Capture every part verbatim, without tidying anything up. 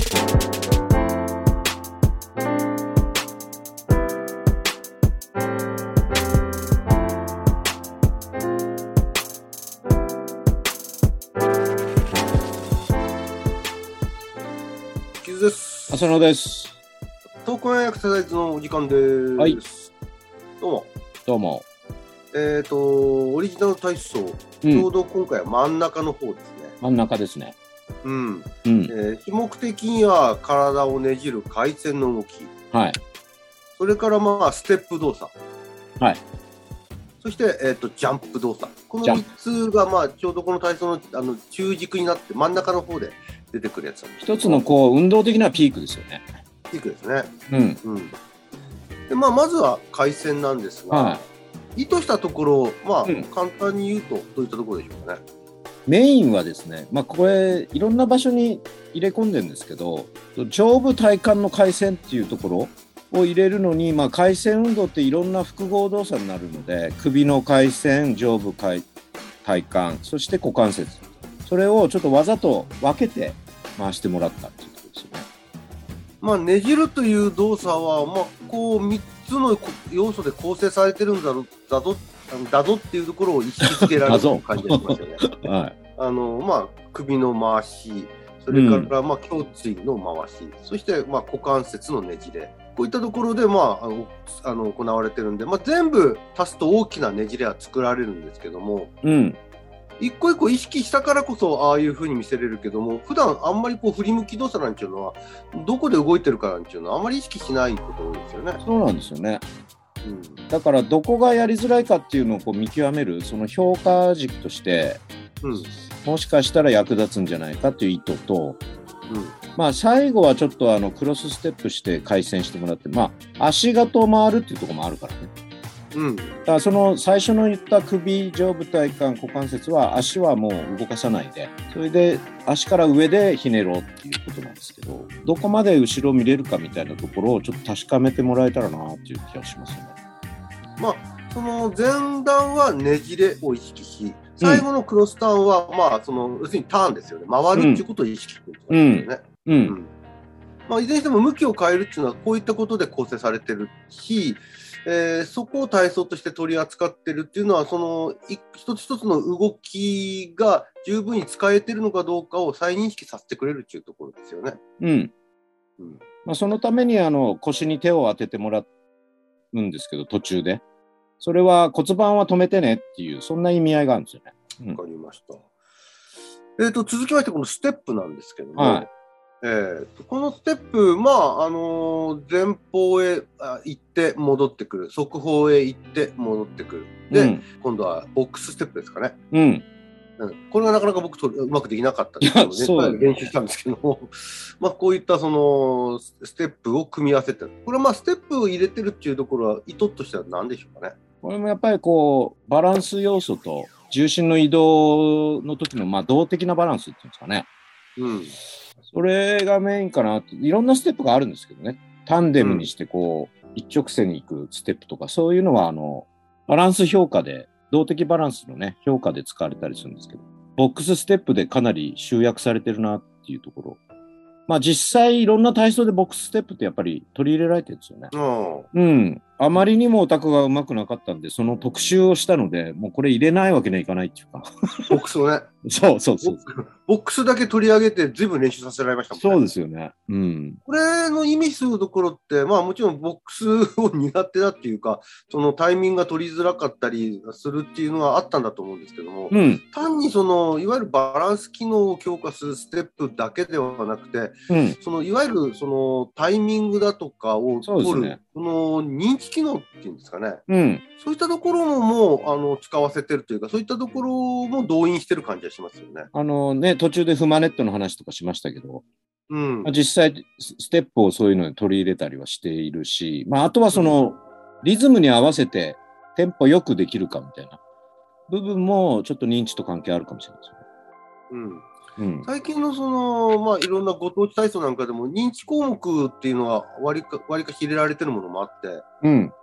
です。 浅野です。 東京エクササイズのお時間です。 はい。 どうも。 どうも。 えっ、ー、とオリジナル体操、うん、ちょうど今回は真ん中の方ですね。 真ん中ですね。 うん。うん、 えー、種目的には体をねじる回旋の動き。 はい。 それからまあステップ動作。 はい。 そして、えー、とジャンプ動作。このみっつがまあちょうどこの体操の、あの中軸になって真ん中の方で出てくるやつなんです。 一つのこう運動的なピークですよね。 ピークですね。 うん。 うん。でまあまずは回旋なんですが、はい、意図したところ、まあ、うん、簡単に言うとどういったところでしょうかね。 メインはですね、まあこれいろんな場所に入れ込んでるんですけど、上部体幹の回旋っていうところを入れるのに、まあ、回旋運動っていろんな複合動作になるので、首の回旋、上部体幹、そして股関節、それをちょっとわざと分けて回してもらったっていうところですよね。 まあ、ねじるという動作は、まあ、こうみっつの要素で構成されてるんだろだぞだぞっていうところを意識づけられる感じがしますよね。はい、あのまあ、首の回し、それから、まあ、胸椎の回し、うん、そして、まあ、股関節のねじれ、こういったところで、まあ、あのあの行われてるんで、まあ、全部足すと大きなねじれは作られるんですけども、うん、一個一個意識したからこそああいう風に見せれるけども、普段あんまりこう振り向き動作なんていうのはどこで動いてるかなんていうのはあんまり意識しないこと多いですよね。 そうなんですよね。うん、だからどこがやりづらいかっていうのをこう見極めるその評価軸として、うん、もしかしたら役立つんじゃないかという意図と、うん、まあ最後はちょっとあのクロスステップして回旋してもらって、まあ足がと回るっていうところもあるからね。うん、だからその最初の言った首、上部体幹、股関節は足はもう動かさないで、それで足から上でひねろうっていうことなんですけど、どこまで後ろ見れるかみたいなところをちょっと確かめてもらえたらなっていう気がしますよね。 まあその前段はねじれを意識し、最後のクロスターンは、うん、まあその要するにターンですよね。回るっていうことを意識するんですよね。うんうんうんまあ、いずれにしても向きを変えるっていうのはこういったことで構成されてるし、えー、そこを体操として取り扱ってるっていうのは、その一つ一つの動きが十分に使えてるのかどうかを再認識させてくれるっていうところですよね。 うんうんまあ、そのためにあの腰に手を当ててもらうんですけど、途中でそれは骨盤は止めてねっていう、そんな意味合いがあるんですよね。 わ、うん、かりました。えーと、続きましてこのステップなんですけども、はいえー、このステップ、まああのー、前方へ行って戻ってくる、側方へ行って戻ってくるで、うん、今度はボックスステップですかね、うんうん、これがなかなか僕とうまくできなかったんですけど、ね、そう練習したんですけどもまあこういったそのステップを組み合わせてる、これはまあステップを入れてるっていうところは意図としては何でしょうかね。 これもやっぱりこうバランス要素と重心の移動の時のまあ動的なバランスっていうんですかね、うんそれがメインかなって。いろんなステップがあるんですけどね。タンデムにしてこう、うん、一直線に行くステップとか、そういうのはあのバランス評価で、動的バランスのね評価で使われたりするんですけど、ボックスステップでかなり集約されてるなっていうところ。まあ実際いろんな体操でボックスステップってやっぱり取り入れられてるんですよね。うん。あまりにもオタクが上手くなかったんで、その特集をしたので、もうこれ入れないわけにはいかないっていうか。 ボックスをね。 そうそうそう。 ボックスだけ取り上げて随分練習させられましたもんね。 そうですよね。うん。 これの意味するところって、まあもちろんボックスを苦手だっていうか、そのタイミングが取りづらかったりするっていうのはあったんだと思うんですけども、うん、単にそのいわゆるバランス機能を強化するステップだけではなくて、うん、そのいわゆるそのタイミングだとかを取る、ね、この認知機能っていうんですかね、うん、そういったところももうあの使わせてるというか、そういったところも動員してる感じがしますよね。 あのね、途中でフマネットの話とかしましたけど、うん、実際ステップをそういうのに取り入れたりはしているし、まあ、あとはその、うん、リズムに合わせてテンポよくできるかみたいな部分もちょっと認知と関係あるかもしれないですよね。 うんうん、最近のその、まあ、いろんなご当地体操なんかでも認知項目っていうのは割か割かし入れられてるものもあって、うん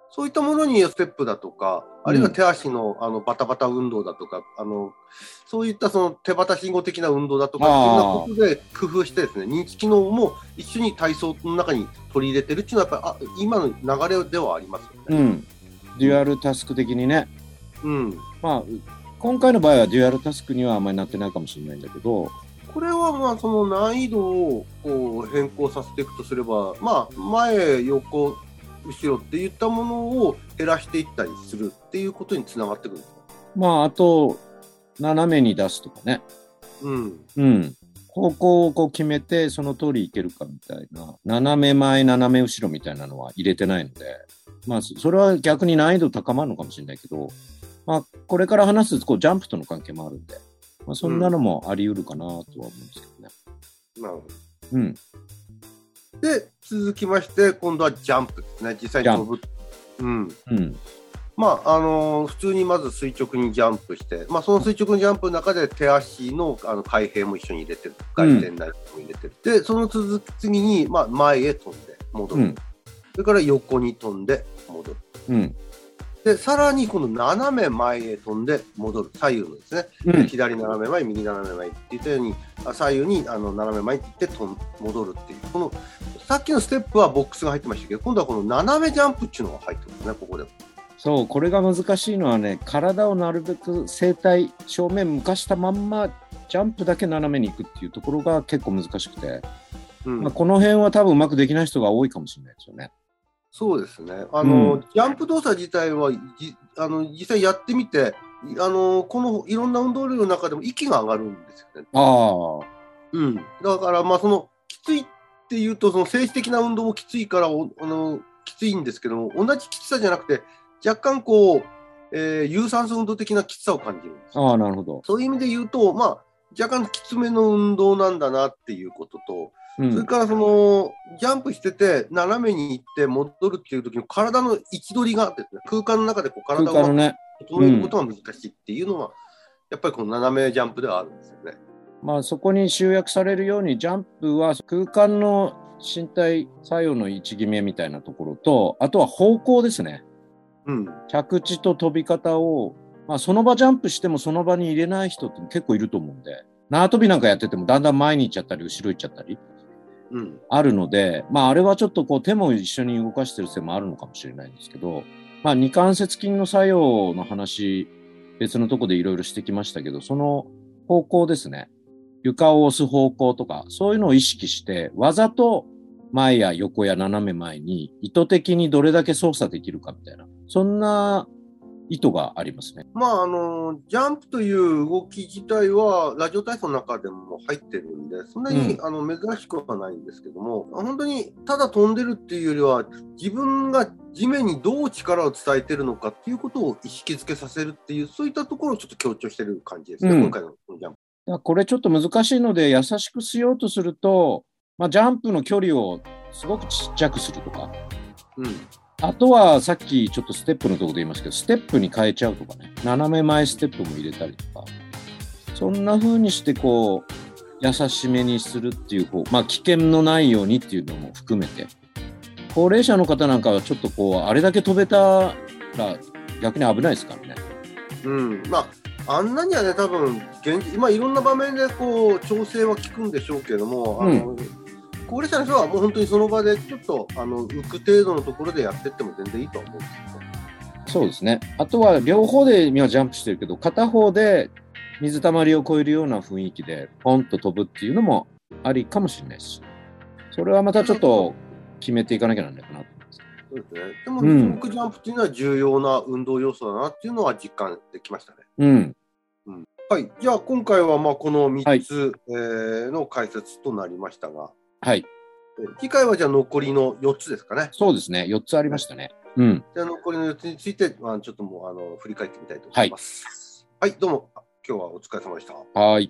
そういったものにステップだとか、あるいは手足の、あのバタバタ運動だとか、あのそういったその手旗信号的な運動だとかっていうようなことで工夫してですね、認知機能も一緒に体操の中に取り入れてるっていうのはやっぱりあ今の流れではありますよね。うん、 デュアルタスク的にね。 うん、 まあ今回の場合はデュアルタスクにはあんまりなってないかもしれないんだけど、 これはまあその難易度をこう変更させていくとすれば、まあ前横後ろっていったものを減らしていったりするっていうことにつながってくるんですか。 まああと斜めに出すとかね。 うんうん。方向をこう決めてその通りいけるかみたいな、斜め前斜め後ろみたいなのは入れてないので、まあそれは逆に難易度高まるのかもしれないけど、まあこれから話すこうジャンプとの関係もあるんで、まあ、そんなのもあり得るかなとは思うんですけどね。 なるほど。 うん。 で続きまして今度はジャンプですね。実際に飛ぶ。うん。 うん。 まああのー、普通にまず垂直にジャンプして、まあ、その垂直のジャンプの中で手足 の, あの開閉も一緒に入れてる、回転内も入れてる、うん、でその続き次に、まあ、前へ飛んで戻る、うん、それから横に飛んで戻る、 うん、 でさらにこの斜め前へ飛んで戻る、左右のですね、うん、左斜め前右斜め前っていったように左右にあの斜め前に行って飛戻るっていう、このさっきのステップはボックスが入ってましたけど、今度はこの斜めジャンプっていうのが入ってますね、ここでも。 そう、これが難しいのはね、体をなるべく正対正面向かしたまんまジャンプだけ斜めに行くっていうところが結構難しくて、うんまあ、この辺は多分うまくできない人が多いかもしれないですよね。 そうですね。あの、うん、ジャンプ動作自体はじあの実際やってみて、あのこのいろんな運動量の中でも息が上がるんですよね。 ああ。 うん。だからまあそのきついっていうとその政治的な運動もきついからおあのきついんですけども、同じきつさじゃなくて若干こう、えー、有酸素運動的なきつさを感じるんです。 ああ、なるほど。 そういう意味で言うと、まあ若干きつめの運動なんだなっていうことと。うん、それからそのジャンプしてて斜めに行って戻るっていう時の体の位置取りがですね、空間の中でこう体を整えることが難しいっていうのは、ねうん、やっぱりこの斜めジャンプではあるんですよね。 まあそこに集約されるようにジャンプは空間の身体作用の位置決めみたいなところと、あとは方向ですね。 うん、 着地と飛び方を、まあ、その場ジャンプしてもその場に入れない人って結構いると思うんで、縄跳びなんかやっててもだんだん前に行っちゃったり後ろ行っちゃったり。 うん、 あるので、まあ、あれはちょっとこう手も一緒に動かしてるせいもあるのかもしれないんですけど、まあ、二関節筋の作用の話、別のとこでいろいろしてきましたけど、その方向ですね。床を押す方向とか、そういうのを意識して、わざと前や横や斜め前に意図的にどれだけ操作できるかみたいな、そんな意図がありますね。 まああのジャンプという動き自体はラジオ体操の中でも入ってるんで、そんなに、うん、あの珍しくはないんですけども、本当にただ飛んでるっていうよりは自分が地面にどう力を伝えてるのかっていうことを意識づけさせるっていう、そういったところをちょっと強調してる感じですね、うん、今回のジャンプ。 これちょっと難しいので優しくしようとすると、まあ、ジャンプの距離をすごくちっちゃくするとか、 うんあとはさっきちょっとステップのところで言いますけど、ステップに変えちゃうとかね、斜め前ステップも入れたりとか、そんな風にしてこう優しめにするっていう、こうまあ危険のないようにっていうのも含めて、高齢者の方なんかはちょっとこうあれだけ飛べたら逆に危ないですからね。 うん、まああんなにはね多分現実、まあいろんな場面でこう調整は効くんでしょうけども、あの、うん高齢者の人はもう本当にその場でちょっとあの浮く程度のところでやっていっても全然いいと思うんですよね。 そうですね。あとは両方で今ジャンプしてるけど、片方で水たまりを越えるような雰囲気でポンと飛ぶっていうのもありかもしれないし、それはまたちょっと決めていかなきゃなんないかなと思います。 そうですね。でも水木ジャンプっていうのは重要な運動要素だなっていうのは実感できましたね。 うん。 うん、はい。じゃあ今回はまあこのみっつ、はいえー、の解説となりましたが。 はい。 次回はじゃあ残りのよっつですかね。 そうですね。よっつありましたね。うん。 じゃあ残りのよっつについて、まあ、ちょっともうあの振り返ってみたいと思います。はい、はい、どうも今日はお疲れ様でした。 はい。 。